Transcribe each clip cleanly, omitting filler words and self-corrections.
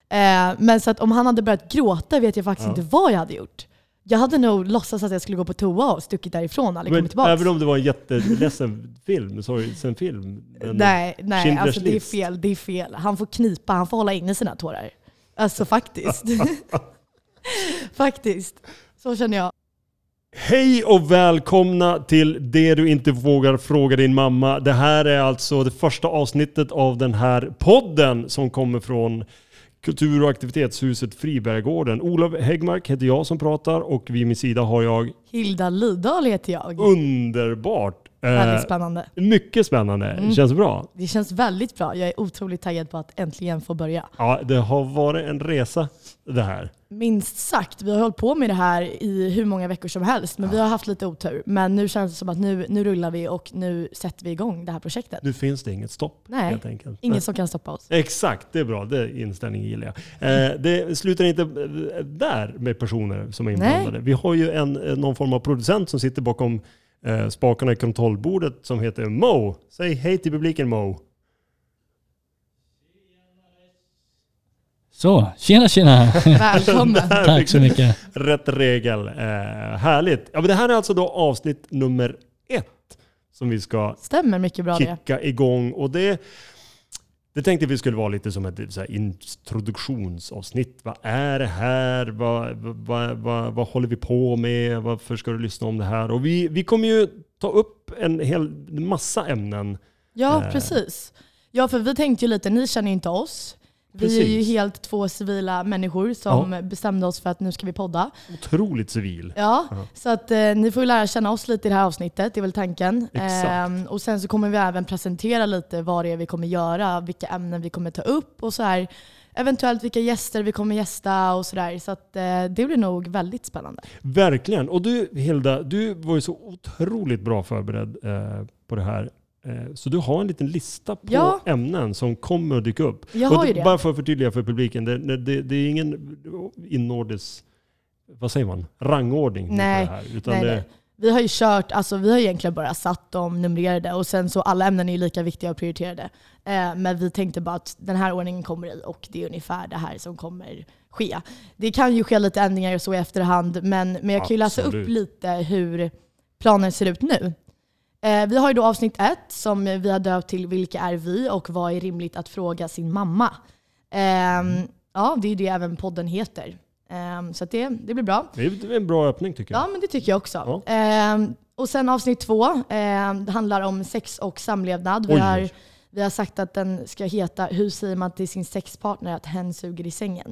Men så att om han hade börjat gråta vet jag faktiskt inte vad jag hade gjort. Jag hade nog låtsats att jag skulle gå på toa och stuckit därifrån och kommit tillbaka. Även om det var en jätteledsen film, sorgsen film. Nej, alltså det är fel. Han får knipa, han får hålla inne sina tårar. Alltså faktiskt. Faktiskt. Så känner jag. Hej och välkomna till Det du inte vågar fråga din mamma. Det här är alltså det första avsnittet av den här podden som kommer från Kultur- och aktivitetshuset Fribergården. Olof Häggmark heter jag som pratar och vid min sida har jag Hilda Lydahl heter jag. Underbart! Väldigt spännande. Mycket spännande. Känns bra? Det känns väldigt bra. Jag är otroligt taggad på att äntligen få börja. Ja, det har varit en resa det här. Minst sagt. Vi har hållit på med det här i hur många veckor som helst. Men vi har haft lite otur. Men nu känns det som att nu rullar vi och nu sätter vi igång det här projektet. Nu finns det inget stopp. Nej, helt enkelt. Ingen som kan stoppa oss. Exakt, det är bra. Det inställningen gillar jag. Det slutar inte där med personer som är inblandade. Nej. Vi har ju någon form av producent som sitter bakom spakarna i kontrollbordet som heter Mo. Säg hej till publiken, Mo. Så, tjena. Välkommen. Tack så mycket. Rätt regel. Härligt. Ja, men det här är alltså då avsnitt nummer 1 som vi ska Stämmer mycket bra kicka igång. Och det tänkte vi skulle vara lite som ett så här introduktionsavsnitt. Vad är det här? Vad håller vi på med? Varför ska du lyssna om det här? Och vi kommer ju ta upp en hel massa ämnen. Ja, precis. Ja, för vi tänkte ju lite, ni känner ju inte oss. Vi är ju helt 2 civila människor som bestämde oss för att nu ska vi podda. Otroligt civil. Ja, så att ni får ju lära känna oss lite i det här avsnittet, det är väl tanken. Och sen så kommer vi även presentera lite vad det är vi kommer göra, vilka ämnen vi kommer ta upp och så här. Eventuellt vilka gäster vi kommer gästa och sådär. Så att det blir nog väldigt spännande. Verkligen. Och du, Hilda, du var ju så otroligt bra förberedd på det här. Så du har en liten lista på ämnen som kommer att dyka upp. Jag har ju det. Bara för att förtydliga för publiken, det är ingen inordis, vad säger man, rangordning. Nej, på det här, utan nej. Vi har ju kört, alltså vi har egentligen bara satt dem numrerade och sen så alla ämnen är ju lika viktiga och prioriterade. Men vi tänkte bara att den här ordningen kommer i och det är ungefär det här som kommer ske. Det kan ju ske lite ändringar och så i efterhand, men jag kan ju läsa upp lite hur planen ser ut nu. Vi har ju då avsnitt 1 som vi har döpt till Vilka är vi och vad är rimligt att fråga sin mamma. Ja, det är det även podden heter. Så att det blir bra. Det är en bra öppning tycker jag. Ja, men det tycker jag också. Ja. Och sen avsnitt 2 det handlar om sex och samlevnad. Vi har sagt att den ska heta Hur säger man till sin sexpartner att hen suger i sängen?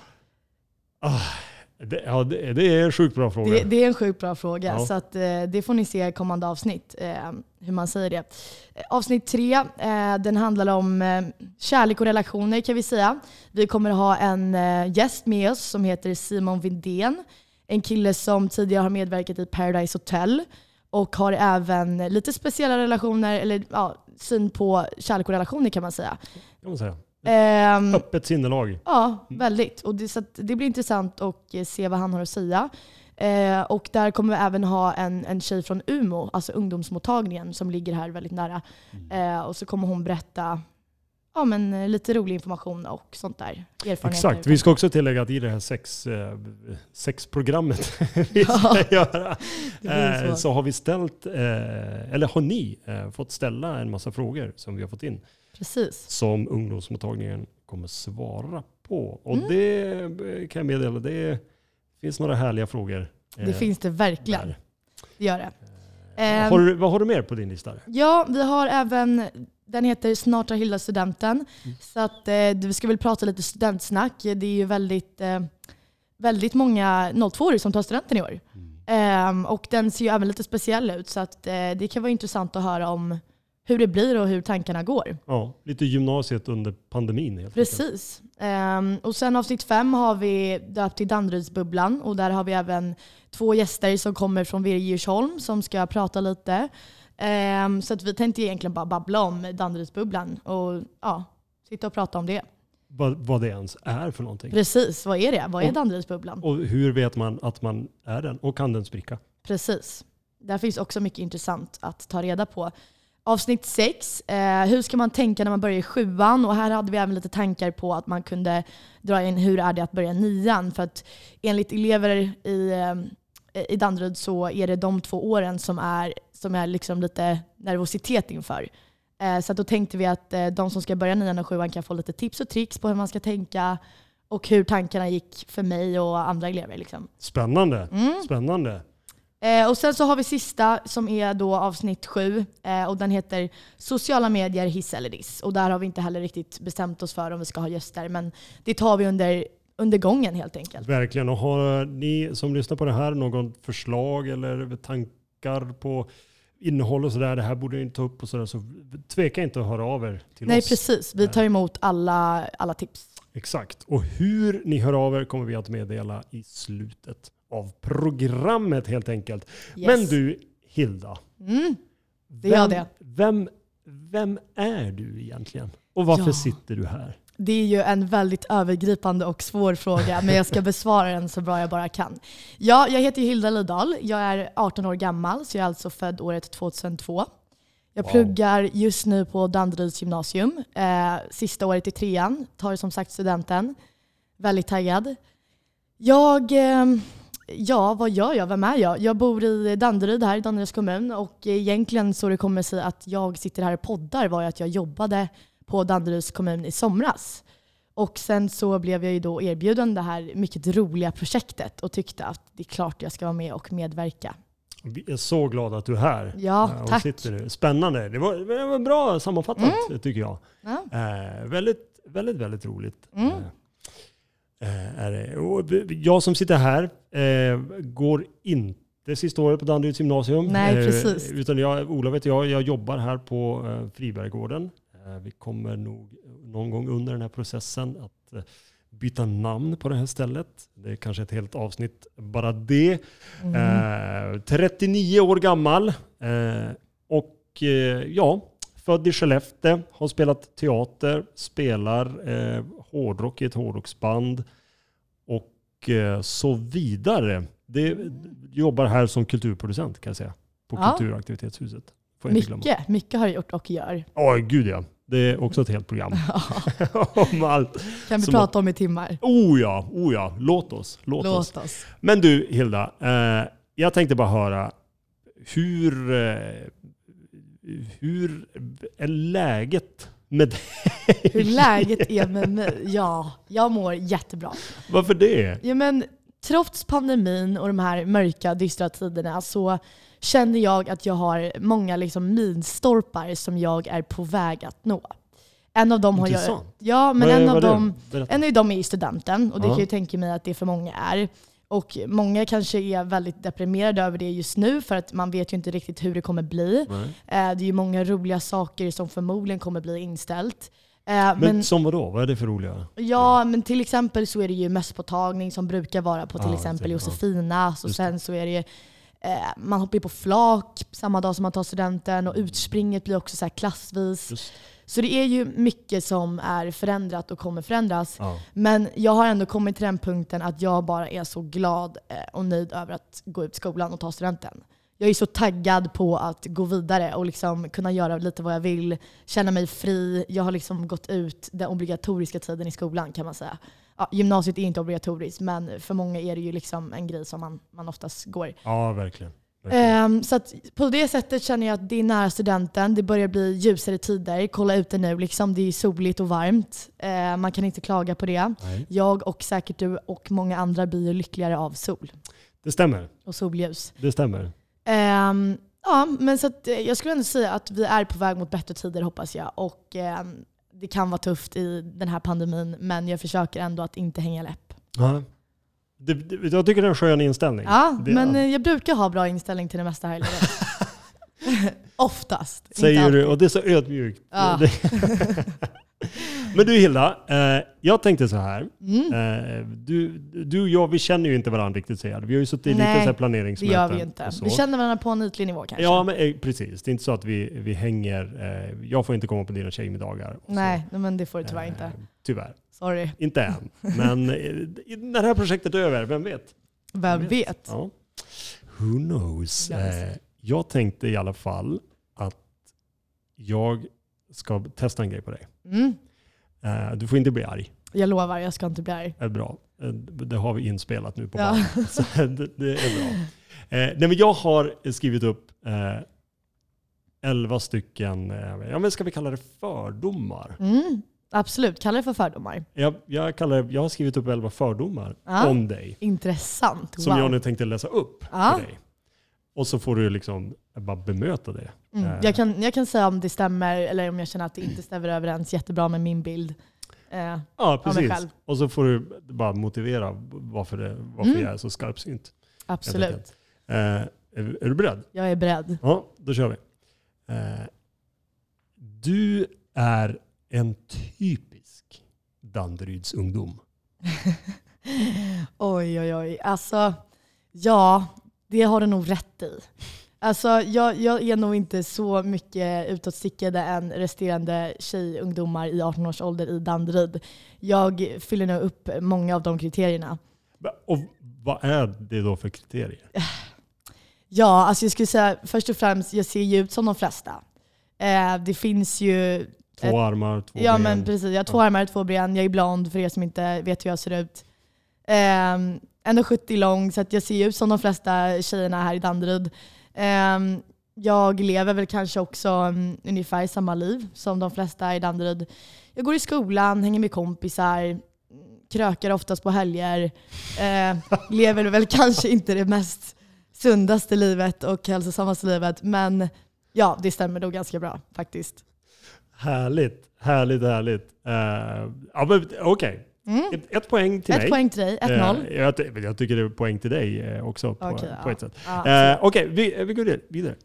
Det är en sjukt bra fråga. Det är en sjukt bra fråga. Så att, det får ni se i kommande avsnitt. Hur man säger det. Avsnitt 3 den handlar om kärlek och relationer kan vi säga. Vi kommer ha en gäst med oss som heter Simon Vindén. En kille som tidigare har medverkat i Paradise Hotel. Och har även lite speciella relationer. Eller syn på kärlek och relationer kan man säga. Kan man säga. Öppet sinnelag. Ja, väldigt. Och så det blir intressant att se vad han har att säga. Och där kommer vi även ha en tjej från Umeå, alltså ungdomsmottagningen som ligger här väldigt nära. Och så kommer hon berätta lite rolig information och sånt där. Exakt, vi ska också tillägga att i det här sexprogrammet vi ska göra så har vi ställt, eller har ni fått ställa en massa frågor som vi har fått in. Precis. Som ungdomsmottagningen kommer svara på. Och det kan jag meddela, det finns några härliga frågor. Det finns det verkligen. Där. Det gör det. Vad har du mer på din lista? Ja, vi har även, den heter Snart har Hilda studenten. Så att vi ska väl prata lite studentsnack. Det är ju väldigt många 02-or som tar studenten i år. Och den ser ju även lite speciell ut. Så att det kan vara intressant att höra om hur det blir och hur tankarna går. Ja, lite gymnasiet under pandemin. Precis. Och sen avsnitt 5 har vi döpt till Danderydsbubblan. Och där har vi även 2 gäster som kommer från Virgersholm som ska prata lite. Så att vi tänkte egentligen bara babbla om Danderydsbubblan och sitta och prata om det. Vad det ens är för någonting. Precis, vad är det? Vad är Danderydsbubblan? Och hur vet man att man är den? Och kan den spricka? Precis. Där finns också mycket intressant att ta reda på. Avsnitt 6. Hur ska man tänka när man börjar i 7:an? Och här hade vi även lite tankar på att man kunde dra in hur är det att börja 9:an. För att enligt elever i Danderyd så är det de 2 åren som är liksom lite nervositet inför. Så att då tänkte vi att de som ska börja 9:an och 7:an kan få lite tips och tricks på hur man ska tänka och hur tankarna gick för mig och andra elever. Liksom. Spännande. Spännande. Och sen så har vi sista som är då avsnitt 7 och den heter Sociala medier, hiss eller diss. Och där har vi inte heller riktigt bestämt oss för om vi ska ha gäster, men det tar vi under gången helt enkelt. Verkligen. Och har ni som lyssnar på det här någon förslag eller tankar på innehåll och sådär, det här borde ni ta upp och sådär, så tveka inte att höra av er till oss. Nej, precis. Vi tar emot alla tips. Exakt. Och hur ni hör av er kommer vi att meddela i slutet av programmet helt enkelt. Yes. Men du, Hilda. Det gör det. Vem är du egentligen? Och varför sitter du här? Det är ju en väldigt övergripande och svår fråga, men jag ska besvara den så bra jag bara kan. Ja, jag heter Hilda Lidahl. Jag är 18 år gammal, så jag är alltså född året 2002. Jag pluggar just nu på Danderyds gymnasium. Sista året i 3:an. Tar som sagt studenten. Väldigt taggad. Vad gör jag? Vem är jag? Jag bor i Danderyd här i Danderyds kommun. Och egentligen så det kommer sig att jag sitter här och poddar var att jag jobbade på Danderyds kommun i somras. Och sen så blev jag ju då erbjuden det här mycket roliga projektet och tyckte att det är klart jag ska vara med och medverka. Vi är så glada att du är här. Ja, tack. Sitter nu. Spännande. Det var bra sammanfattat tycker jag. Ja. Väldigt, väldigt, väldigt roligt. Är det. Och jag som sitter här går inte sista året på Danderyds gymnasium. Nej, precis. Utan jag jobbar här på Friberggården. Vi kommer nog någon gång under den här processen att byta namn på det här stället. Det är kanske ett helt avsnitt bara det. 39 år gammal. Född i Skellefteå. Har spelat teater. Spelar hårdrock i ett hårdrocksband. Och så vidare. Jobbar här som kulturproducent kan jag säga. På Kulturaktivitetshuset. Mycket har jag gjort och gör. Gud ja. Det är också ett helt program. Om allt. Kan vi prata om i timmar? Oh ja. Låt oss. Men du Hilda, jag tänkte bara höra hur är läget med dig? Hur läget är med mig? Ja, jag mår jättebra. Varför det? Ja, men trots pandemin och de här mörka, dystra tiderna så känner jag att jag har många liksom milstolpar som jag är på väg att nå. En av dem har jag... Ja, men en av dem är i studenten. Och det kan jag tänka mig att det för många är. Och många kanske är väldigt deprimerade över det just nu för att man vet ju inte riktigt hur det kommer bli. Det är ju många roliga saker som förmodligen kommer bli inställt. Men som vadå? Vad är det för roliga? Ja, men till exempel så är det ju mässpåtagning som brukar vara på till exempel Josefina. Så sen så är det man hoppar på flak samma dag som man tar studenten och utspringet blir också så här klassvis. Så det är ju mycket som är förändrat och kommer förändras. Men jag har ändå kommit till den punkten att jag bara är så glad och nöjd över att gå ut skolan och ta studenten. Jag är så taggad på att gå vidare och liksom kunna göra lite vad jag vill. Känna mig fri. Jag har liksom gått ut den obligatoriska tiden i skolan kan man säga. Ja, gymnasiet är inte obligatoriskt, men för många är det ju liksom en grej som man oftast går. Ja, verkligen. Så att på det sättet känner jag att det är nära studenten. Det börjar bli ljusare tider. Kolla ut det nu. Liksom, det är soligt och varmt. Man kan inte klaga på det. Nej. Jag och säkert du och många andra blir lyckligare av sol. Det stämmer. Och solljus. Det stämmer. Ja, men så att jag skulle ändå säga att vi är på väg mot bättre tider hoppas jag. Och det kan vara tufft i den här pandemin, men jag försöker ändå att inte hänga läpp. Ja. Jag tycker det är en skön inställning. Ja, men jag brukar ha bra inställning till det mesta här i livet. Oftast. Säger du, och det är så ödmjukt. Ja. Men du Hilda, jag tänkte så här. Du och jag, vi känner ju inte varandra riktigt så här. Vi har ju suttit i lite så här planeringsmöten. Det gör vi inte. Vi känner varandra på en ytlig nivå kanske. Ja, men precis. Det är inte så att vi hänger... jag får inte komma på dina tjejmiddagar. Nej, men det får du tyvärr inte. Tyvärr. Sorry. Inte än. Men när det här projektet är över, vem vet? Vem vet? Ja. Who knows? Jag tänkte i alla fall att jag ska testa en grej på dig. Mm. Du får inte bli arg. Jag lovar, jag ska inte bli arg. Det är bra. Det har vi inspelat nu på band. Så det är bra. Nej, men jag har skrivit upp 11 stycken, men ska vi kalla det fördomar? Absolut, kalla det för fördomar. Jag har skrivit upp 11 fördomar om dig. Intressant. Som jag nu tänkte läsa upp för dig. Och så får du liksom bara bemöta det. Jag kan säga om det stämmer eller om jag känner att det inte stämmer överens jättebra med min bild. Ja, precis. Och så får du bara motivera varför jag är så skarpsynt. Absolut. Är du beredd? Jag är beredd. Ja, då kör vi. Du är en typisk Danderyds ungdom. Oj. Alltså, ja, det har du nog rätt i. Alltså, jag är nog inte så mycket utåtstickade än resterande tjejungdomar i 18 års ålder i Danderyd. Jag fyller nog upp många av de kriterierna. Och vad är det då för kriterier? Ja, alltså jag skulle säga först och främst, jag ser ju ut som de flesta. Det finns ju... 2 armar, 2 ben. Ja, men precis. Jag har 2 armar, 2 ben. Jag är blond för er som inte vet hur jag ser ut. 1,70 lång, så att jag ser ut som de flesta tjejerna här i Danderyd. Jag lever väl kanske också ungefär samma liv som de flesta i Danderyd. Jag går i skolan, hänger med kompisar, krökar oftast på helger. Lever väl kanske inte det mest sundaste livet och hälsosammaste livet. Men ja, det stämmer nog ganska bra faktiskt. Härligt. Okej. Ett poäng till mig. Ett poäng till dig, 1-0. Jag tycker det är poäng till dig också på ett sätt. Okej, vi går vidare.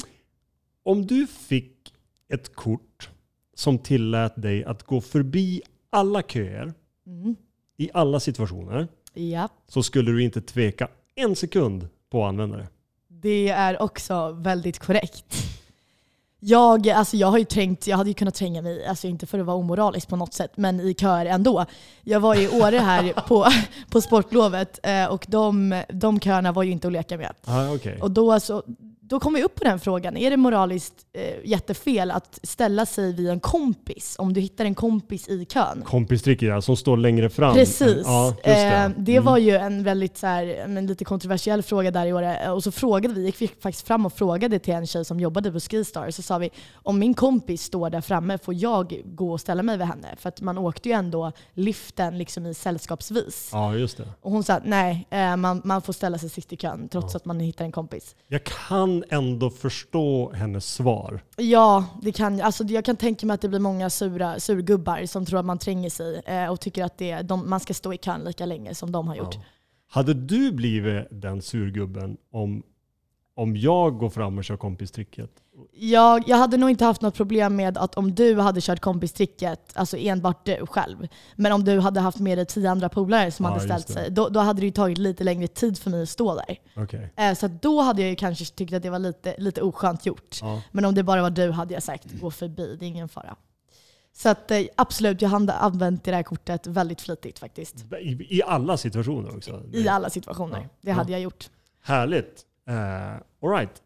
Om du fick ett kort som tillät dig att gå förbi alla köer i alla situationer, så skulle du inte tveka en sekund på att använda det. Det är också väldigt korrekt. Jag har ju jag hade ju kunnat tränga mig, alltså inte för att vara omoralisk på något sätt, men i kör ändå. Jag var i Åre här på sportlovet och de köerna var ju inte att leka med. Okay. Och då kom vi upp på den frågan. Är det moraliskt jättefel att ställa sig vid en kompis om du hittar en kompis i kön? Kompistricket som står längre fram. Precis. Ja, just det. Det var ju en väldigt lite kontroversiell fråga där i år. Och så gick vi faktiskt fram och frågade till en tjej som jobbade på Skistar. Så sa vi, om min kompis står där framme får jag gå och ställa mig vid henne? För att man åkte ju ändå liften liksom i sällskapsvis. Ja, just det. Och hon sa, nej, man får ställa sig sist i kön trots att man hittar en kompis. Jag kan ändå förstå hennes svar. Ja, det kan jag. Alltså, jag kan tänka mig att det blir många surgubbar som tror att man tränger sig och tycker att man ska stå i kön lika länge som de har gjort. Hade du blivit den surgubben om jag går fram och kör kompistricket? Jag hade nog inte haft något problem med att om du hade kört kompistricket, alltså enbart du själv. Men om du hade haft med dig 10 andra polare som hade ställt sig, då hade det ju tagit lite längre tid för mig att stå där. Okay. Så då hade jag ju kanske tyckt att det var lite oskönt gjort. Ja. Men om det bara var du hade jag sagt, gå förbi, det är ingen fara. Så att, absolut, jag hade använt det där kortet väldigt flitigt faktiskt. I alla situationer också? I alla situationer, det hade jag gjort. Härligt. All right.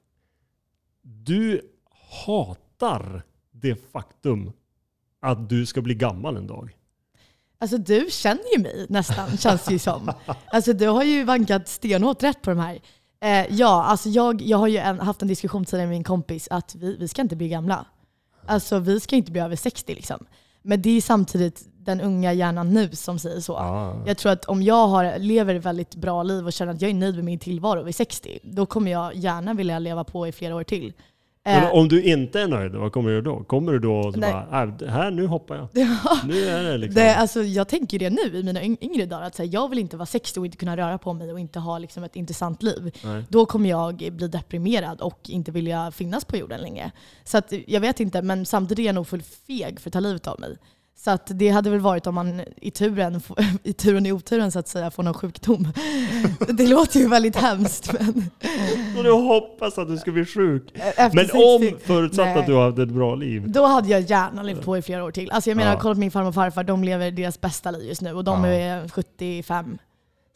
Du hatar det faktum att du ska bli gammal en dag. Alltså du känner ju mig nästan, känns det ju som. Alltså du har ju vankat stenhårt rätt på de här. Alltså jag har ju haft en diskussion tidigare med min kompis att vi ska inte bli gamla. Alltså vi ska inte bli över 60 liksom. Men det är samtidigt den unga hjärnan nu som säger så. Jag tror att om jag lever ett väldigt bra liv och känner att jag är nöjd med min tillvaro vid 60, då kommer jag gärna vilja leva på i flera år till. Men om du inte är nöjd, vad kommer du då? Kommer du då och bara, nu hoppar jag. Nu är det liksom. Alltså, jag tänker det nu i mina yngre dagar. Att jag vill inte vara 60 och inte kunna röra på mig och inte ha liksom, ett intressant liv. Nej. Då kommer jag bli deprimerad och inte vilja finnas på jorden längre. Så att, jag vet inte, men samtidigt är jag nog full feg för att ta livet av mig. Så att det hade väl varit om man i turen i oturen så att säga får någon sjukdom. Det låter ju väldigt hemskt. Men... Och du hoppas att du ska bli sjuk. Men förutsatt att du hade ett bra liv. Då hade jag gärna levt på i flera år till. Alltså jag menar, kolla på min farmor och farfar, de lever deras bästa liv just nu. Och de är 75.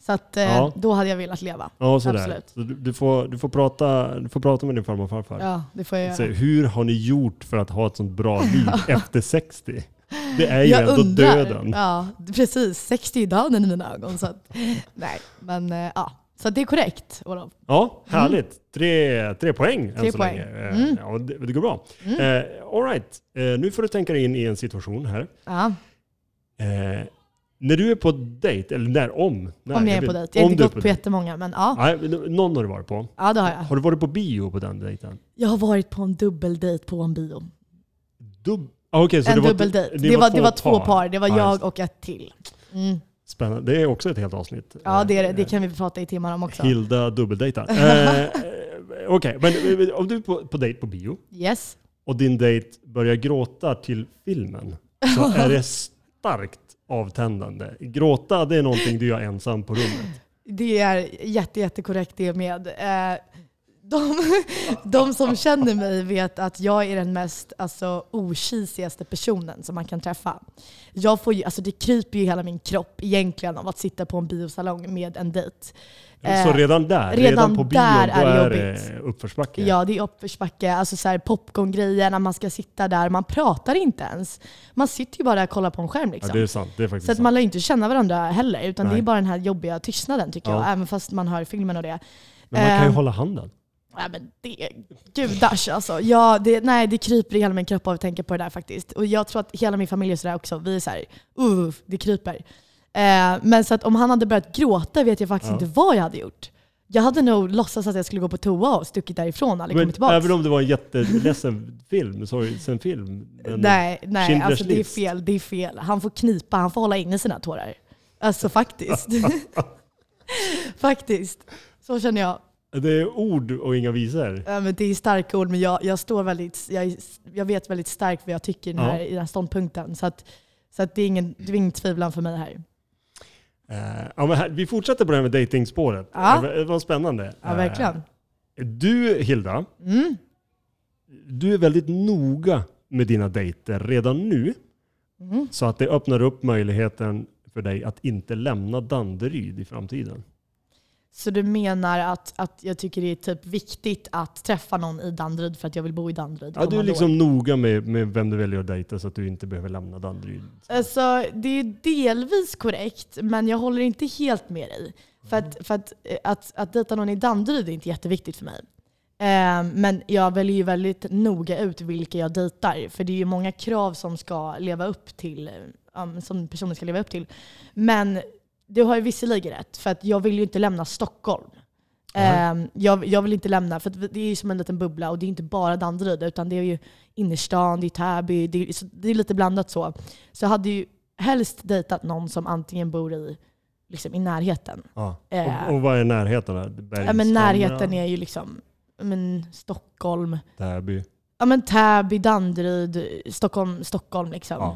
Så att då hade jag velat leva. Ja, sådär. Absolut. Så du får prata med din farmor och farfar. Ja, det får jag göra. Så, hur har ni gjort för att ha ett sånt bra liv efter 60? Det är ju ändå döden. Ja, precis. 60 är döden i mina ögon. Så att, nej, men ja. Så det är korrekt, Olof. Ja, härligt. 3 poäng än 3 så poäng. länge. Ja, det går bra. All right. Nu får du tänka dig in i en situation här. Ja. När du är på dejt, eller om jag är på dejt. Jag har inte gått på jättemånga, men ja. Nej, någon har du varit på. Ja, det har jag. Har du varit på bio på den dejten? Jag har varit på en dubbeldejt på en bio. Okay, så en dubbeldejt. Det var 2 par. Det var jag och ett till. Spännande. Det är också ett helt avsnitt. Ja, det är det. Det kan vi prata i timmar om också. Hilda dubbeldejtar. Okej, men om du är på dejt på bio. Yes. Och din dejt börjar gråta till filmen. Så är det starkt avtändande. Gråta, det är någonting du gör ensam på rummet. Det är jättekorrekt det med. De som känner mig vet att jag är den mest okisigaste personen som man kan träffa. Det kryper ju hela min kropp egentligen av att sitta på en biosalong med en dejt. Så redan på bio, där då är det det uppförsbacke? Ja, det är uppförsbacke. Alltså så här popcorngrejer när man ska sitta där. Man pratar inte ens. Man sitter ju bara och kollar på en skärm. Liksom. Ja, det är sant. Det är faktiskt så att man lär inte känna varandra heller. Utan det är bara den här jobbiga tystnaden tycker jag. Även fast man hör filmen och det. Men man kan ju hålla handen. Ja, men det gudars alltså. Ja, det kryper i hela min kropp av att tänka på det där faktiskt. Och jag tror att hela min familj är sådär också. Vi är såhär, det kryper. Men så att om han hade börjat gråta vet jag faktiskt inte vad jag hade gjort. Jag hade nog låtsats att jag skulle gå på toa och stuckit därifrån och kommit tillbaka. Även om det var en jätteledsen film, sorgsen film. Nej, alltså det är fel. Han får knipa, han får hålla inne sina tårar. Alltså faktiskt. Faktiskt. Så känner jag. Det är ord och inga visor. Ja, men det är starka ord, men jag står jag vet väldigt starkt vad jag tycker i den här ståndpunkten. Så att det är ingen tvivel för mig här. Men vi fortsätter på det här med datingspåret. Det var spännande. Ja, verkligen. Du, Hilda, du är väldigt noga med dina dejter redan nu. Så att det öppnar upp möjligheten för dig att inte lämna Danderyd i framtiden. Så du menar att jag tycker det är typ viktigt att träffa någon i Danderyd för att jag vill bo i Danderyd? Ja, du är liksom noga med vem du väljer att dejta så att du inte behöver lämna Danderyd. Alltså, det är delvis korrekt, men jag håller inte helt med dig. För att dejta någon i Danderyd är inte jätteviktigt för mig. Men jag väljer ju väldigt noga ut vilka jag dejtar. För det är ju många krav som ska leva upp till, som personen ska leva upp till. Men du har ju visserligen rätt, för att jag vill ju inte lämna Stockholm. Jag vill inte lämna, för det är ju som en liten bubbla och det är inte bara Danderyd utan det är ju innerstan, det är Täby, det är lite blandat så. Så jag hade ju helst dejtat någon som antingen bor i närheten. Ja. Och vad är närheten där? Men närheten är ju Stockholm. Täby. Ja, men Täby, Danderyd, Stockholm liksom.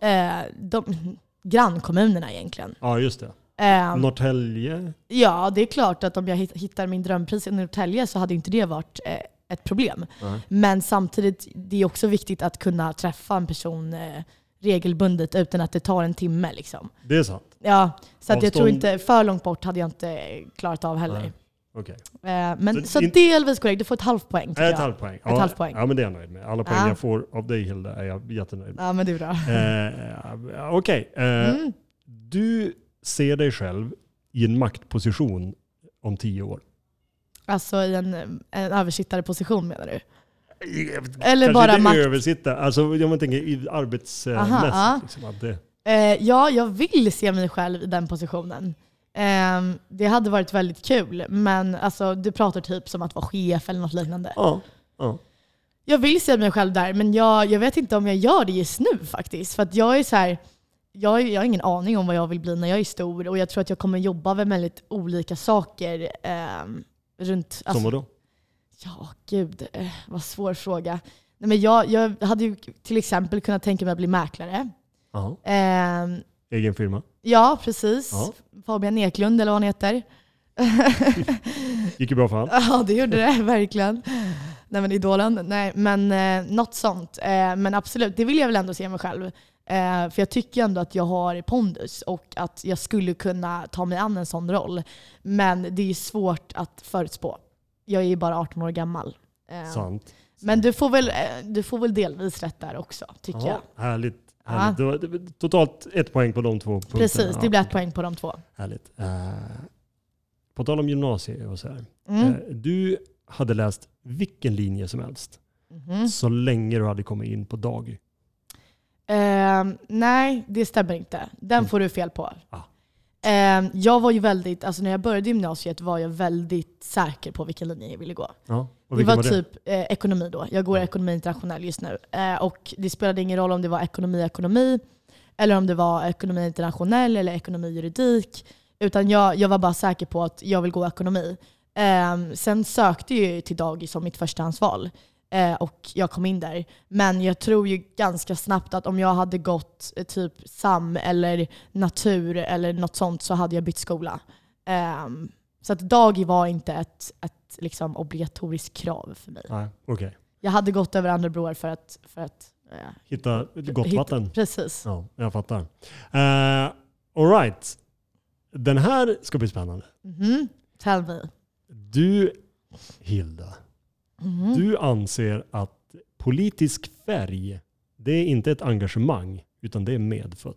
Grannkommunerna egentligen. Ja, just det. Norrtälje? Ja, det är klart att om jag hittar min drömpris i Norrtälje så hade inte det varit ett problem. Men samtidigt, det är också viktigt att kunna träffa en person regelbundet utan att det tar en timme. Liksom. Det är sant. Ja, så att jag tror inte, för långt bort hade jag inte klarat av heller. Okay. Men så delvis korrekt, du får ett halvt poäng. Ett halvt poäng. Ett halvt poäng. Ja, men det är jag nöjd med. Alla poäng jag får av dig, Hilda, är jag jättenöjd med. Ja, men det är bra. Okej. Du ser dig själv i en maktposition om 10 år. Alltså i en översittarposition menar du? Eller kanske bara inte översitta. Alltså om man tänker i arbetsmässigt. Ja, jag vill se mig själv i den positionen. Det hade varit väldigt kul. Men alltså, du pratar typ som att vara chef eller något liknande. Ja. Jag vill se mig själv där, men jag vet inte om jag gör det just nu faktiskt. För att jag är så här, jag har ingen aning om vad jag vill bli när jag är stor. Och jag tror att jag kommer jobba med väldigt olika saker runt. Alltså, som vadå? Ja, gud. Vad svår fråga. Nej, men jag hade ju till exempel kunnat tänka mig att bli mäklare. Egen firma? Ja, precis. Fabian Eklund eller vad han heter. Gick ju bra för han. Ja, det gjorde det, verkligen. Nej, men idolen. Nej, men något sånt. Men absolut, det vill jag väl ändå se mig själv. För jag tycker ändå att jag har pondus och att jag skulle kunna ta mig an en sån roll. Men det är svårt att förutspå. Jag är ju bara 18 år gammal. Sant. Men du får väl delvis rätt där också, tycker jag. Härligt. Totalt 1 poäng på de 2 punkterna. Precis, det blir 1 poäng på de 2. Härligt. På tal om gymnasiet och så här. Du hade läst vilken linje som helst. Så länge du hade kommit in på dag. Nej, det stämmer inte. Den får du fel på. Jag var ju väldigt, alltså när jag började gymnasiet var jag väldigt säker på vilken linje jag ville gå. Det var typ ekonomi då. Jag går ekonomi internationell just nu. Och det spelade ingen roll om det var ekonomi eller om det var ekonomi internationell eller ekonomi juridik. Utan jag var bara säker på att jag vill gå ekonomi. Sen sökte jag till dag som mitt förstahandsval. Och jag kom in där. Men jag tror ju ganska snabbt att om jag hade gått typ SAM eller natur eller något sånt så hade jag bytt skola. Så att dag var inte ett liksom obligatoriskt krav för mig. Nej, okay. Jag hade gått över andra broar för att hitta gott vatten. Precis. Ja, jag fattar. All right. Den här ska bli spännande. Tell me. Du, Hilda, du anser att politisk färg, det är inte ett engagemang utan det är medfött.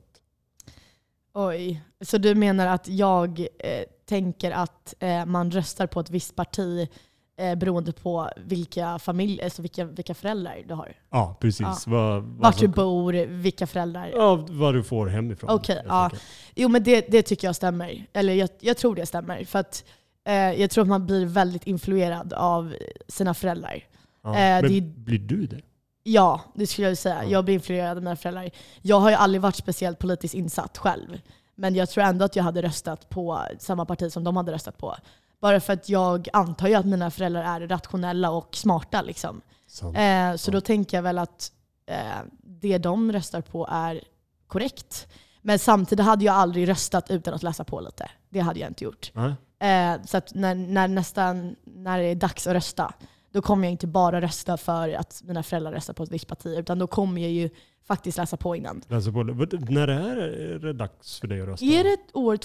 Oj, så du menar att jag tänker att man röstar på ett visst parti beroende på vilka föräldrar du har? Ja, precis. Ja. Vart du bor, vilka föräldrar? Ja, vad du får hemifrån. Okej, ja. Jo, men det tycker jag stämmer. Eller jag tror det stämmer. För att jag tror att man blir väldigt influerad av sina föräldrar. Ja, men blir du det? Ja, det skulle jag säga. Jag blir influerad av mina föräldrar. Jag har ju aldrig varit speciellt politiskt insatt själv. Men jag tror ändå att jag hade röstat på samma parti som de hade röstat på. Bara för att jag antar ju att mina föräldrar är rationella och smarta. Liksom. Så då tänker jag väl att det de röstar på är korrekt. Men samtidigt hade jag aldrig röstat utan att läsa på lite. Det hade jag inte gjort. Så att när det är dags att rösta, då kommer jag inte bara rösta för att mina föräldrar röstar på ett visst parti, utan då kommer jag ju faktiskt läsa på innan. Läsa på. När är det dags för dig att rösta? Är det år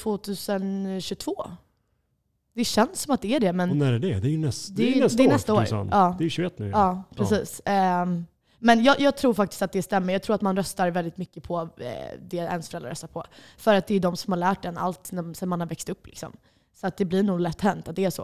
2022? Det känns som att det är det. Men och när är det? Det är ju nästa år. Ja. Det är 21 nu. Ja, precis. Ja. Men jag tror faktiskt att det stämmer. Jag tror att man röstar väldigt mycket på det ens föräldrar röstar på. För att det är de som har lärt en allt sedan man har växt upp. Liksom. Så att det blir nog lätt hänt att det är så.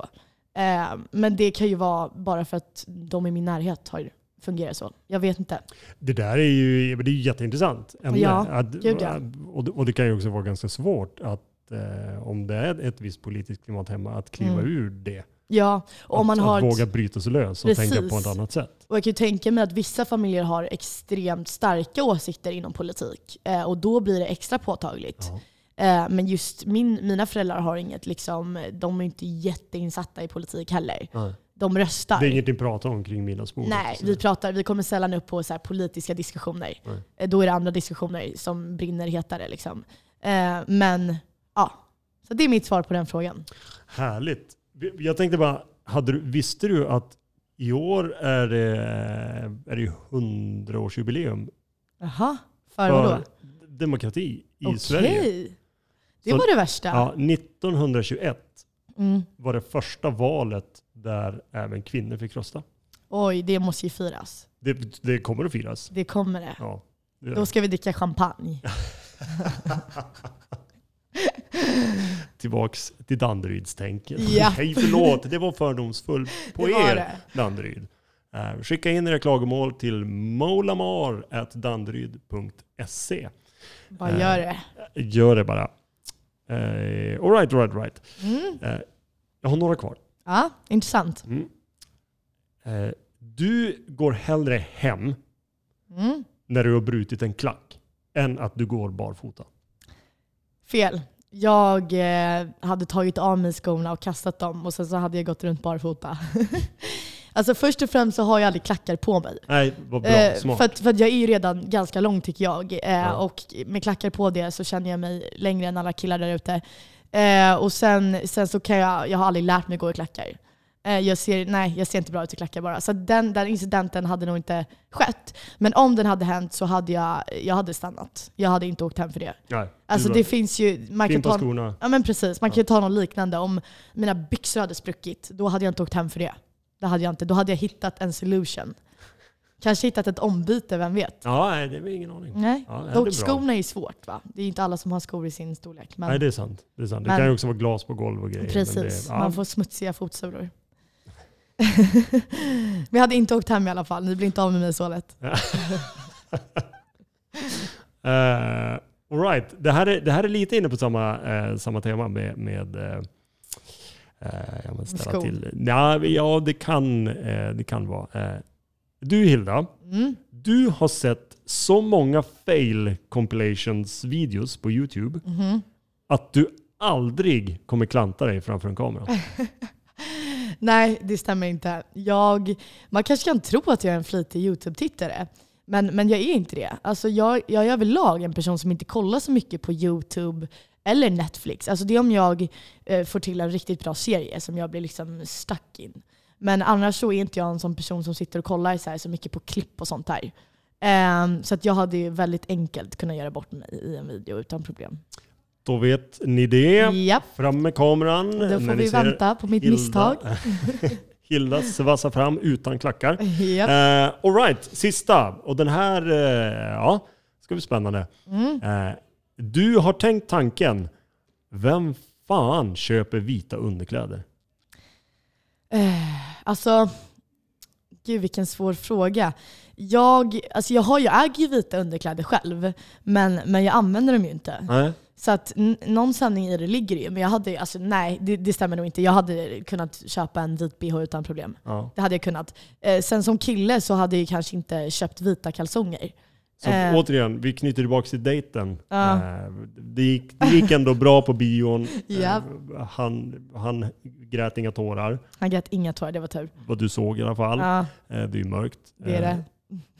Men det kan ju vara bara för att de i min närhet har fungerat så. Jag vet inte. Det där är ju jätteintressant. Ja, gud ja. Och det kan ju också vara ganska svårt att om det är ett visst politiskt klimat hemma att kliva ur det. Ja, och om man har att våga bryta sig lös och tänka på ett annat sätt. Och jag kan ju tänka mig att vissa familjer har extremt starka åsikter inom politik. Och då blir det extra påtagligt. Ja. Men just mina föräldrar har inget, liksom, de är inte jätteinsatta i politik heller. Nej. De röstar. Det är inget ni pratar om kring middagsbordet? Nej, vi kommer sällan upp på så här politiska diskussioner. Nej. Då är det andra diskussioner som brinner hetare. Liksom. Men ja, så det är mitt svar på den frågan. Härligt. Jag tänkte bara, visste du att i år är det 100-årsjubileum? Jaha, för vadå? Demokrati i Sverige. Det var det värsta. Ja, 1921 var det första valet där även kvinnor fick rösta. Oj, det måste ju firas. Det kommer att firas. Det kommer det. Ja, då ska vi dricka champagne. Tillbaks till Danderydstänket. Ja. Hej, förlåt, det var fördomsfull på er, Danderyd. Skicka in era klagomål till molamar@danderyd.se. Vad gör det? Gör det bara. All right. Jag har några kvar. Ja, intressant. Du går hellre hem när du har brutit en klack än att du går barfota. Fel. Jag hade tagit av mig skorna och kastat dem och sen så hade jag gått runt barfota. Alltså först och främst så har jag aldrig klackar på mig. Nej, vad bra. Smart. För att jag är ju redan ganska lång tycker jag. Och med klackar på det så känner jag mig längre än alla killar där ute. Och sen så kan jag har aldrig lärt mig gå i klackar. Jag ser inte bra ut i klackar bara. Så den incidenten hade nog inte skett. Men om den hade hänt så hade jag hade stannat. Jag hade inte åkt hem för det. Nej, alltså det finns ju... Man kan ta, skorna. ja men precis, man kan ju ta något liknande. Om mina byxor hade spruckit, då hade jag inte åkt hem för det. Det hade jag inte. Då hade jag hittat en solution. Kanske hittat ett ombyte, vem vet? Ja, nej, det är ingen aning. Nej, ja, och skorna är ju svårt va? Det är inte alla som har skor i sin storlek. Men, nej, det är sant. Det kan ju också vara glas på golv och grejer. Precis, man får smutsiga fotsulor. Vi hade inte åkt hem i alla fall. Ni blir inte av med mig så lätt. All right. Det här är lite inne på samma tema med jag måste ställa till. Ja, det kan vara. Du Hilda, du har sett så många fail compilations videos på YouTube att du aldrig kommer klanta dig framför en kamera. Nej, det stämmer inte. Man kanske kan tro att jag är en flitig YouTube-tittare. Men jag är inte det. Alltså jag är överlag en person som inte kollar så mycket på YouTube eller Netflix. Alltså det är om jag får till en riktigt bra serie som jag blir liksom stuck in. Men annars så är inte jag en sån person som sitter och kollar så mycket på klipp och sånt här. Så att jag hade ju väldigt enkelt kunnat göra bort mig i en video utan problem. Då vet ni det. Japp. Fram med kameran. Då får vi vänta på mitt misstag. Hilda svassa fram utan klackar. Yep. All right, sista. Och den här ska bli spännande. Du har tänkt tanken. Vem fan köper vita underkläder? Alltså, gud vilken svår fråga. Jag äger ju vita underkläder själv. Men jag använder dem ju inte. Nej. Så att någon sanning i det ligger ju. Men jag hade, det stämmer nog inte. Jag hade kunnat köpa en vit BH utan problem. Ja. Det hade jag kunnat. Sen som kille så hade jag kanske inte köpt vita kalsonger. Så återigen, vi knyter tillbaka till dejten. Ja. Det gick ändå bra på bion. Ja. Han grät inga tårar. Han grät inga tårar, det var tur. Vad du såg i alla fall. Ja. Det är mörkt. Det är det.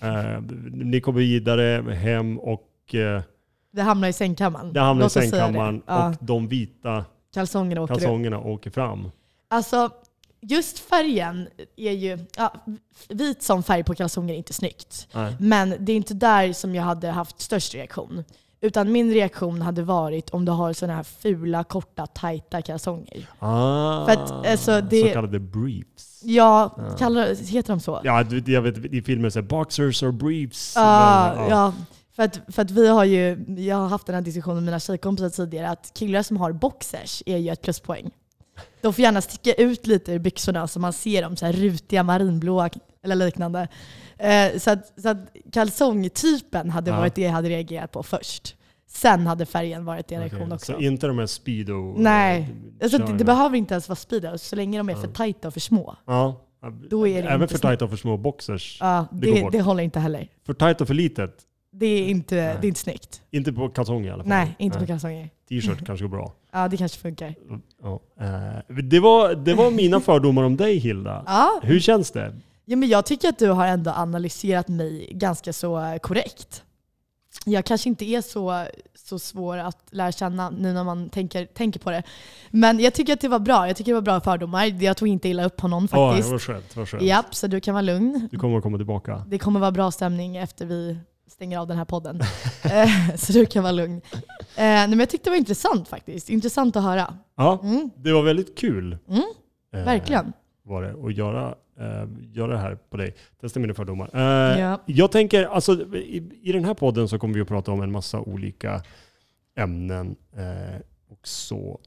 Ni kommer vidare hem och... Det hamnar i sängkammaren. Det hamnar i sängkammaren ja. och de vita kalsongerna åker fram. Alltså, just färgen är ju... Ja, vit som färg på kalsonger är inte snyggt. Nej. Men det är inte där som jag hade haft störst reaktion. Utan min reaktion hade varit om du har såna här fula, korta, tajta kalsonger. För att, alltså, så kallade briefs. Ja, heter de så? Ja, jag vet i filmer så boxers or briefs. Ja. För att jag har haft den här diskussionen med mina tjejkompisar tidigare att killar som har boxers är ju ett pluspoäng. De får gärna sticka ut lite ur byxorna så man ser dem så här rutiga marinblåa eller liknande. Så att kalsongtypen hade varit det jag hade reagerat på först. Sen hade färgen varit en reaktion också. Så inte de här speedo? Nej, alltså det behöver inte ens vara speedo så länge de är för tajta och för små. Ja. Då är det även för tajta och för små boxers? Ja, det håller inte heller. För tajt och för litet? Det är inte snyggt. Inte på kalsonger i alla fall? Nej, inte på kalsonger. T-shirt kanske går bra. Ja, det kanske funkar. Ja. Det var mina fördomar om dig, Hilda. Ja. Hur känns det? Ja, men jag tycker att du har ändå analyserat mig ganska så korrekt. Jag kanske inte är så svår att lära känna nu när man tänker på det. Men jag tycker att det var bra. Jag tycker det var bra fördomar. Jag tog inte illa upp på någon faktiskt. Det var skönt. Japp, så du kan vara lugn. Du kommer att komma tillbaka. Det kommer vara bra stämning efter vi stänger av den här podden. Så du kan vara lugn. Men jag tyckte det var intressant faktiskt. Intressant att höra. Ja, det var väldigt kul. Verkligen. Var det att göra det här på dig. Testa mina fördomar. Ja. Jag tänker, alltså i den här podden så kommer vi att prata om en massa olika ämnen och så.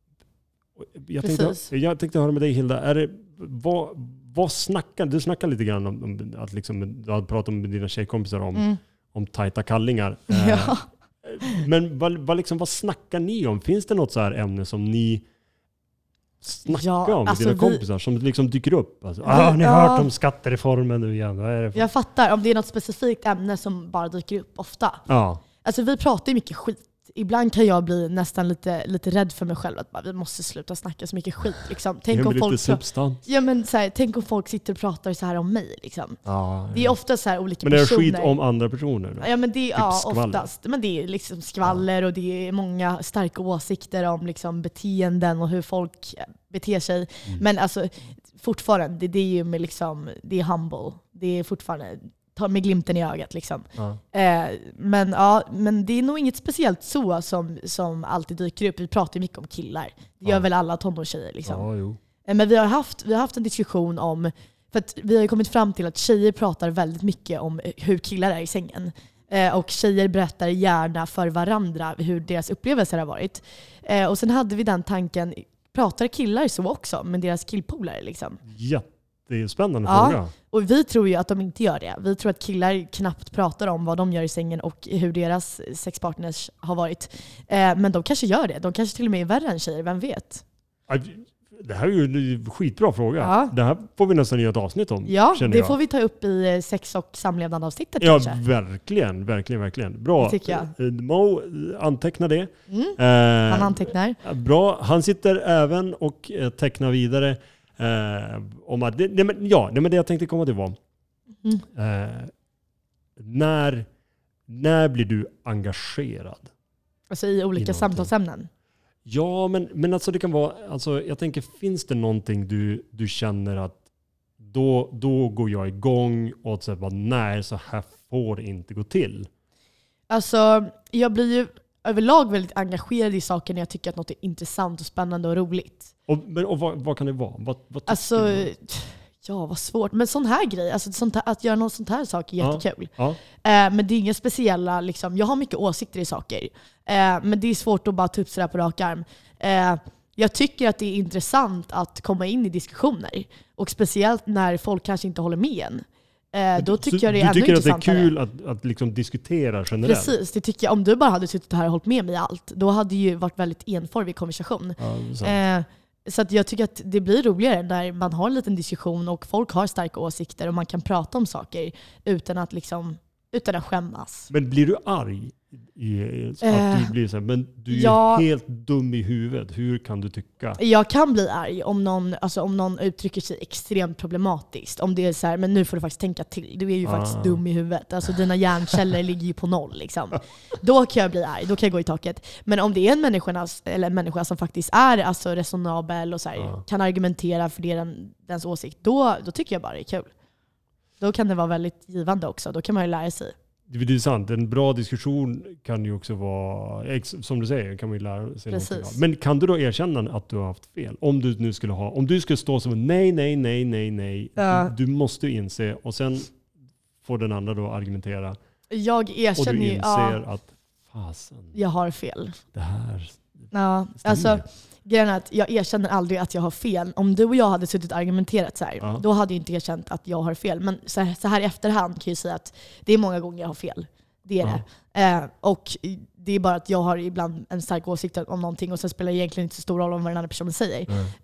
Jag tänkte höra med dig, Hilda. Vad snackar du? Snackar lite grann om att liksom, du hade pratat med dina tjejkompisar om tajta kallingar. Ja. Men vad snackar ni om? Finns det något så här ämne som ni snackar om med dina kompisar som liksom dyker upp? Alltså, ni har hört om skattereformen nu igen. Vad är det för? Jag fattar. Om det är något specifikt ämne som bara dyker upp ofta. Ja. Alltså vi pratar ju mycket skit ibland kan jag bli nästan lite rädd för mig själv. Att bara, vi måste sluta snacka så mycket skit. Liksom. Tänk om folk tänk om folk sitter och pratar så här om mig. Liksom. Det är ofta så här olika personer. Men det är skit om andra personer? Då? Ja, men det är typ oftast. Men det är liksom skvaller och det är många starka åsikter om liksom beteenden och hur folk beter sig. Men alltså, fortfarande, det är ju med liksom, det är humble. Det är fortfarande med glimten i ögat liksom. Men det är nog inget speciellt så som alltid dyker upp. Vi pratar mycket om killar. Det gör väl alla tonårstjejer liksom. Men vi har haft en diskussion om, för att vi har ju kommit fram till att tjejer pratar väldigt mycket om hur killar är i sängen. Och tjejer berättar gärna för varandra hur deras upplevelser har varit. Och sen hade vi den tanken, pratar killar så också med deras killpolare liksom? Ja. Det är en spännande fråga. Och vi tror ju att de inte gör det. Vi tror att killar knappt pratar om vad de gör i sängen och hur deras sexpartners har varit. Men de kanske gör det. De kanske till och med är värre än tjejer, vem vet? Det här är ju en skitbra fråga. Ja. Det här får vi nästan göra ett avsnitt om. Ja, det får vi ta upp i sex- och samlevnad-avsnittet kanske. Ja, verkligen. Bra. Det tycker jag. Mo, anteckna det. Han antecknar. Bra. Han sitter även och tecknar vidare. Om att men det jag tänkte komma till var när blir du engagerad? Alltså i olika samtalsämnen? Ja, men alltså det kan vara, alltså jag tänker, finns det någonting du känner att då går jag igång och så bara, nej, så här får det inte gå till? Alltså jag blir ju överlag väldigt engagerad i saker när jag tycker att något är intressant och spännande och roligt. Och vad kan det vara? Vad alltså, vad svårt. Men sån här grej, alltså att göra någon sån här sak är jättekul. Men det är inga speciella, liksom, jag har mycket åsikter i saker. Men det är svårt att bara ta upp sådär på rak arm. Jag tycker att det är intressant att komma in i diskussioner. Och speciellt när folk kanske inte håller med en. Då tycker jag det är ännu intressantare. Du tycker att det är kul att liksom diskutera generellt? Precis, det tycker jag. Om du bara hade suttit här och hållit med mig i allt, då hade det ju varit väldigt enformig konversation. Så att jag tycker att det blir roligare när man har en liten diskussion och folk har starka åsikter och man kan prata om saker utan att skämmas. Men blir du arg? Att du blir så här, men du är helt dum i huvudet. Hur kan du tycka? Jag kan bli arg om någon uttrycker sig extremt problematiskt. Om det är så här, men nu får du faktiskt tänka till. Du är ju faktiskt dum i huvudet. Alltså dina hjärnceller ligger ju på noll liksom. Då kan jag bli arg, då kan jag gå i taket. Men om det är en människa som faktiskt är alltså resonabel och så här, kan argumentera för dens åsikt, då tycker jag bara det är kul. Då kan det vara väldigt givande också. Då kan man ju lära sig. Det är sant. En bra diskussion kan ju också vara, som du säger, kan man ju lära sig någonting av. Men kan du då erkänna att du har haft fel? Om du skulle stå som nej. Du måste inse, och sen får den andra då argumentera. Jag erkänner, och du inser att fasen, jag har fel. Det här stämmer. Grejen är att jag erkänner aldrig att jag har fel. Om du och jag hade suttit och argumenterat så här, då hade jag inte erkänt att jag har fel. Men så här i efterhand kan jag säga att det är många gånger jag har fel. Det är det. Och det är bara att jag har ibland en stark åsikt om någonting och sen spelar det egentligen inte så stor roll om vad den andra personen säger.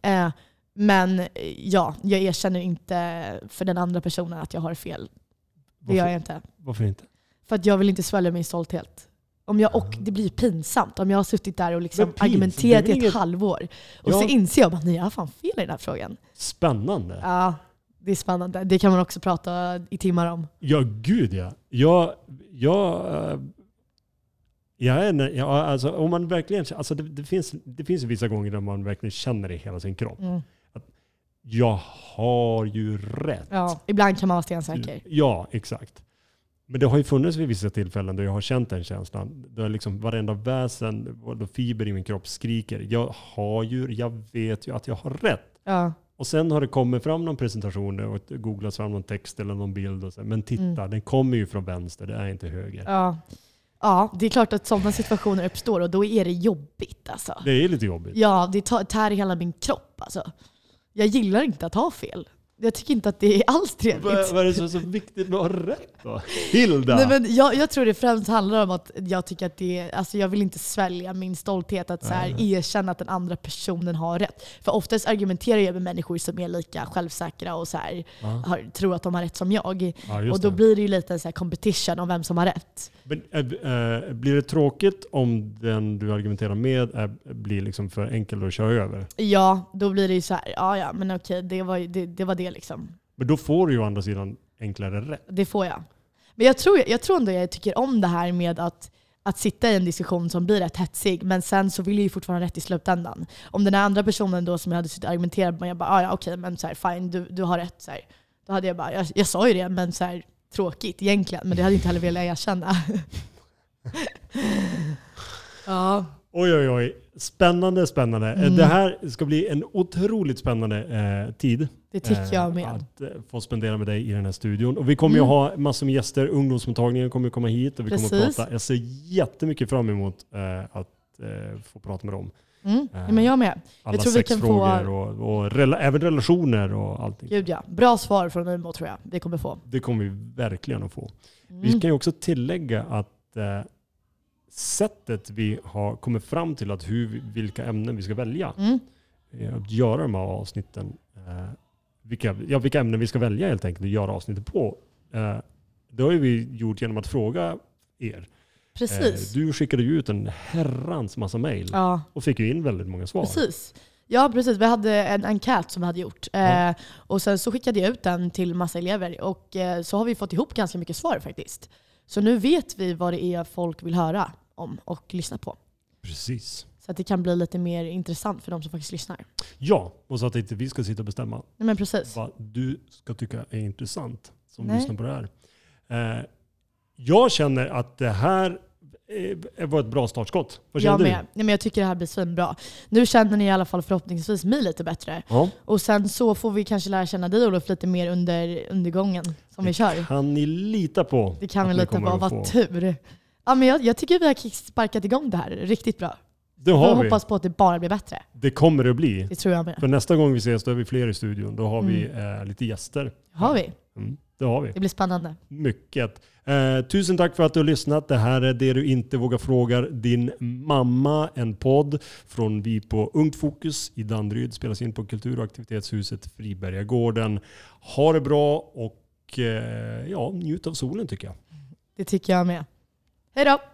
Men jag erkänner inte för den andra personen att jag har fel. Det gör jag inte. Varför inte? För att jag vill inte svälja min stolthet. Och det blir pinsamt om jag har suttit där och liksom argumenterat i ett halvår. Och så inser jag att jag har fan fel i den här frågan. Spännande. Ja, det är spännande. Det kan man också prata i timmar om. Ja, gud ja. Alltså, om man verkligen, alltså det finns vissa gånger där man verkligen känner det i hela sin kropp. Att jag har ju rätt. Ja, ibland kan man vara stensäker. Ja, exakt. Men det har ju funnits vid vissa tillfällen då jag har känt den känslan. Då liksom varenda väsen, då fiber i min kropp skriker. Jag vet ju att jag har rätt. Ja. Och sen har det kommit fram någon presentation och googlat fram någon text eller någon bild. Och så. Men titta, den kommer ju från vänster, det är inte höger. Ja, det är klart att sådana situationer uppstår och då är det jobbigt. Alltså. Det är lite jobbigt. Ja, det tär hela min kropp. Alltså. Jag gillar inte att ha fel. Jag tycker inte att det är alls trevligt. Vad är det som är så viktigt med att ha rätt då? Hilda! Nej, men jag tror det främst handlar om att jag tycker att jag vill inte svälja min stolthet att så här, erkänna att den andra personen har rätt. För oftast argumenterar jag med människor som är lika självsäkra och så här, tror att de har rätt som jag. Och då blir det ju lite en så här competition om vem som har rätt. Men, blir det tråkigt om den du argumenterar med blir liksom för enkel att köra över? Ja, då blir det ju så här, men okej, det var det liksom. Men då får du ju å andra sidan enklare rätt. Det får jag. Men jag tror ändå jag tycker om det här med att sitta i en diskussion som blir rätt hetsig, men sen så vill jag ju fortfarande rätt i slutändan. Om den här andra personen då som jag hade suttit och argumenterat med, jag bara, okej, men så här, fine, du har rätt. Så här. Då hade jag bara, jag sa ju det, men så här, tråkigt egentligen. Men det hade inte heller velat erkänna. Ja. Oj. Spännande. Det här ska bli en otroligt spännande tid. Det tycker jag med. Att få spendera med dig i den här studion. Och vi kommer ju ha massor med gäster. Ungdomsmottagningen kommer komma hit och vi kommer att prata. Jag ser jättemycket fram emot att få prata med dem. Men jag med. Alla jag tror sexfrågor och även relationer och allting. Gud ja. Bra svar från Umeå tror jag vi kommer få. Det kommer vi verkligen att få. Vi kan ju också tillägga att sättet vi har kommit fram till att vilka ämnen vi ska välja. Att göra de här avsnitten. Vilka ämnen vi ska välja helt enkelt att göra avsnittet på. Det har ju vi gjort genom att fråga er. Precis. Du skickade ju ut en herrans massa mejl och fick ju in väldigt många svar. Precis. Ja, precis. Vi hade en enkät som vi hade gjort. Och sen så skickade jag ut den till massa elever. Och så har vi fått ihop ganska mycket svar faktiskt. Så nu vet vi vad det är folk vill höra om och lyssna på. Precis. Så att det kan bli lite mer intressant för de som faktiskt lyssnar. Ja, och så att inte vi ska sitta och bestämma. Nej, men precis. Vad du ska tycka är intressant som lyssnar på det här. Jag känner att det här var ett bra startskott. Vad känner du? Nej, men jag tycker det här blir svinbra. Nu känner ni i alla fall förhoppningsvis mig lite bättre. Ja. Och sen så får vi kanske lära känna dig, Olof, lite mer under gången som vi kör. Det kan ni lita på. Det kan vi lita på. Vad tur. Ja, men jag tycker vi har sparkat igång det här riktigt bra. Jag hoppas på att det bara blir bättre. Det kommer det att bli. Det tror jag med. För nästa gång vi ses då är vi fler i studion. Då har vi lite gäster. Har vi? Det har vi. Det blir spännande. Mycket. Tusen tack för att du har lyssnat. Det här är Det du inte vågar fråga din mamma. En podd från vi på Ungt Fokus i Danderyd. Spelas in på Kultur- och aktivitetshuset Fribergagården. Ha det bra och njut av solen tycker jag. Det tycker jag med. Hej då!